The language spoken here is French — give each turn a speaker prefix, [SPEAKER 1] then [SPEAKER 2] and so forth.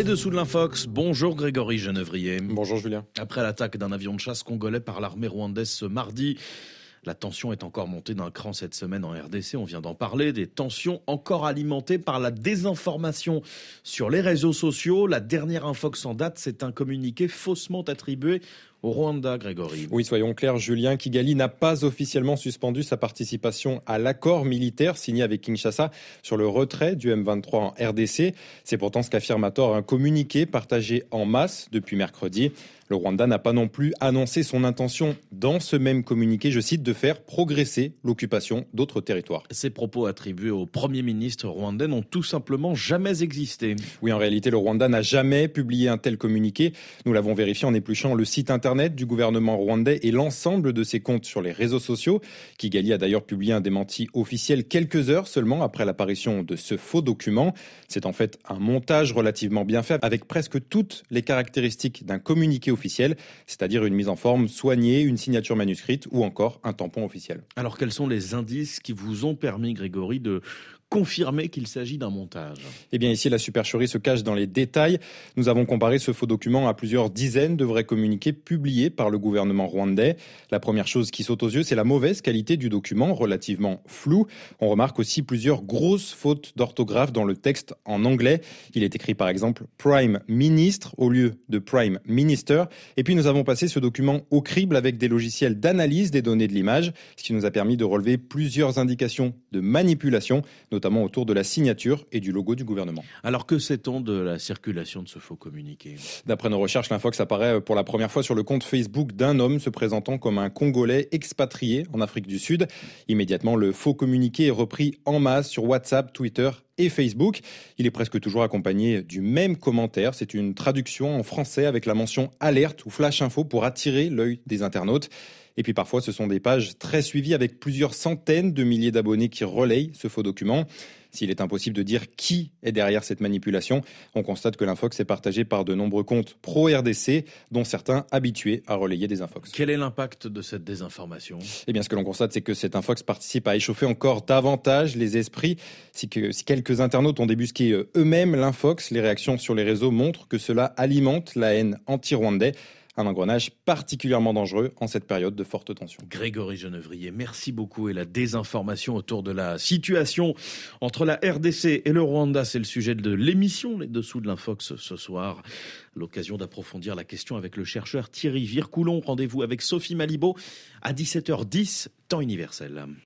[SPEAKER 1] Les dessous de l'Infox. Bonjour Grégory Genevrier.
[SPEAKER 2] Bonjour Julien.
[SPEAKER 1] Après l'attaque d'un avion de chasse congolais par l'armée rwandaise ce mardi, la tension est encore montée d'un cran cette semaine en RDC. On vient d'en parler. Des tensions encore alimentées par la désinformation sur les réseaux sociaux. La dernière Infox en date, c'est un communiqué faussement attribué au Rwanda, Grégory.
[SPEAKER 2] Oui, soyons clairs, Julien, Kigali n'a pas officiellement suspendu sa participation à l'accord militaire signé avec Kinshasa sur le retrait du M23 en RDC. C'est pourtant ce qu'affirme à tort un communiqué partagé en masse depuis mercredi. Le Rwanda n'a pas non plus annoncé son intention dans ce même communiqué, je cite, de faire progresser l'occupation d'autres territoires.
[SPEAKER 1] Ces propos attribués au Premier ministre rwandais n'ont tout simplement jamais existé.
[SPEAKER 2] Oui, en réalité, le Rwanda n'a jamais publié un tel communiqué. Nous l'avons vérifié en épluchant le site internet du gouvernement rwandais et l'ensemble de ses comptes sur les réseaux sociaux. Kigali a d'ailleurs publié un démenti officiel quelques heures seulement après l'apparition de ce faux document. C'est en fait un montage relativement bien fait avec presque toutes les caractéristiques d'un communiqué officiel, c'est-à-dire une mise en forme soignée, une signature manuscrite ou encore un tampon officiel.
[SPEAKER 1] Alors quels sont les indices qui vous ont permis, Grégory, de confirmer qu'il s'agit d'un montage?
[SPEAKER 2] Eh bien ici, la supercherie se cache dans les détails. Nous avons comparé ce faux document à plusieurs dizaines de vrais communiqués publiés par le gouvernement rwandais. La première chose qui saute aux yeux, c'est la mauvaise qualité du document, relativement flou. On remarque aussi plusieurs grosses fautes d'orthographe dans le texte en anglais. Il est écrit par exemple « Prime Ministre » au lieu de « Prime Minister ». Et puis nous avons passé ce document au crible avec des logiciels d'analyse des données de l'image, ce qui nous a permis de relever plusieurs indications de manipulation, notamment autour de la signature et du logo du gouvernement.
[SPEAKER 1] Alors que sait-on de la circulation de ce faux communiqué?
[SPEAKER 2] D'après nos recherches, l'Infox apparaît pour la première fois sur le compte Facebook d'un homme se présentant comme un Congolais expatrié en Afrique du Sud. Immédiatement, le faux communiqué est repris en masse sur WhatsApp, Twitter et Facebook. Il est presque toujours accompagné du même commentaire. C'est une traduction en français avec la mention alerte ou flash info pour attirer l'œil des internautes. Et puis parfois, ce sont des pages très suivies avec plusieurs centaines de milliers d'abonnés qui relayent ce faux document. S'il est impossible de dire qui est derrière cette manipulation, on constate que l'Infox est partagé par de nombreux comptes pro-RDC, dont certains habitués à relayer des Infox.
[SPEAKER 1] Quel est l'impact de cette désinformation?
[SPEAKER 2] Eh bien, ce que l'on constate, c'est que cette Infox participe à échauffer encore davantage les esprits. Si quelques internautes ont débusqué eux-mêmes l'Infox, les réactions sur les réseaux montrent que cela alimente la haine anti-rwandais. Un engrenage particulièrement dangereux en cette période de forte tension.
[SPEAKER 1] Grégory Genevrier, merci beaucoup. Et la désinformation autour de la situation entre la RDC et le Rwanda, c'est le sujet de l'émission Les Dessous de l'Infox ce soir. L'occasion d'approfondir la question avec le chercheur Thierry Vircoulon. Rendez-vous avec Sophie Malibaud à 17h10, temps universel.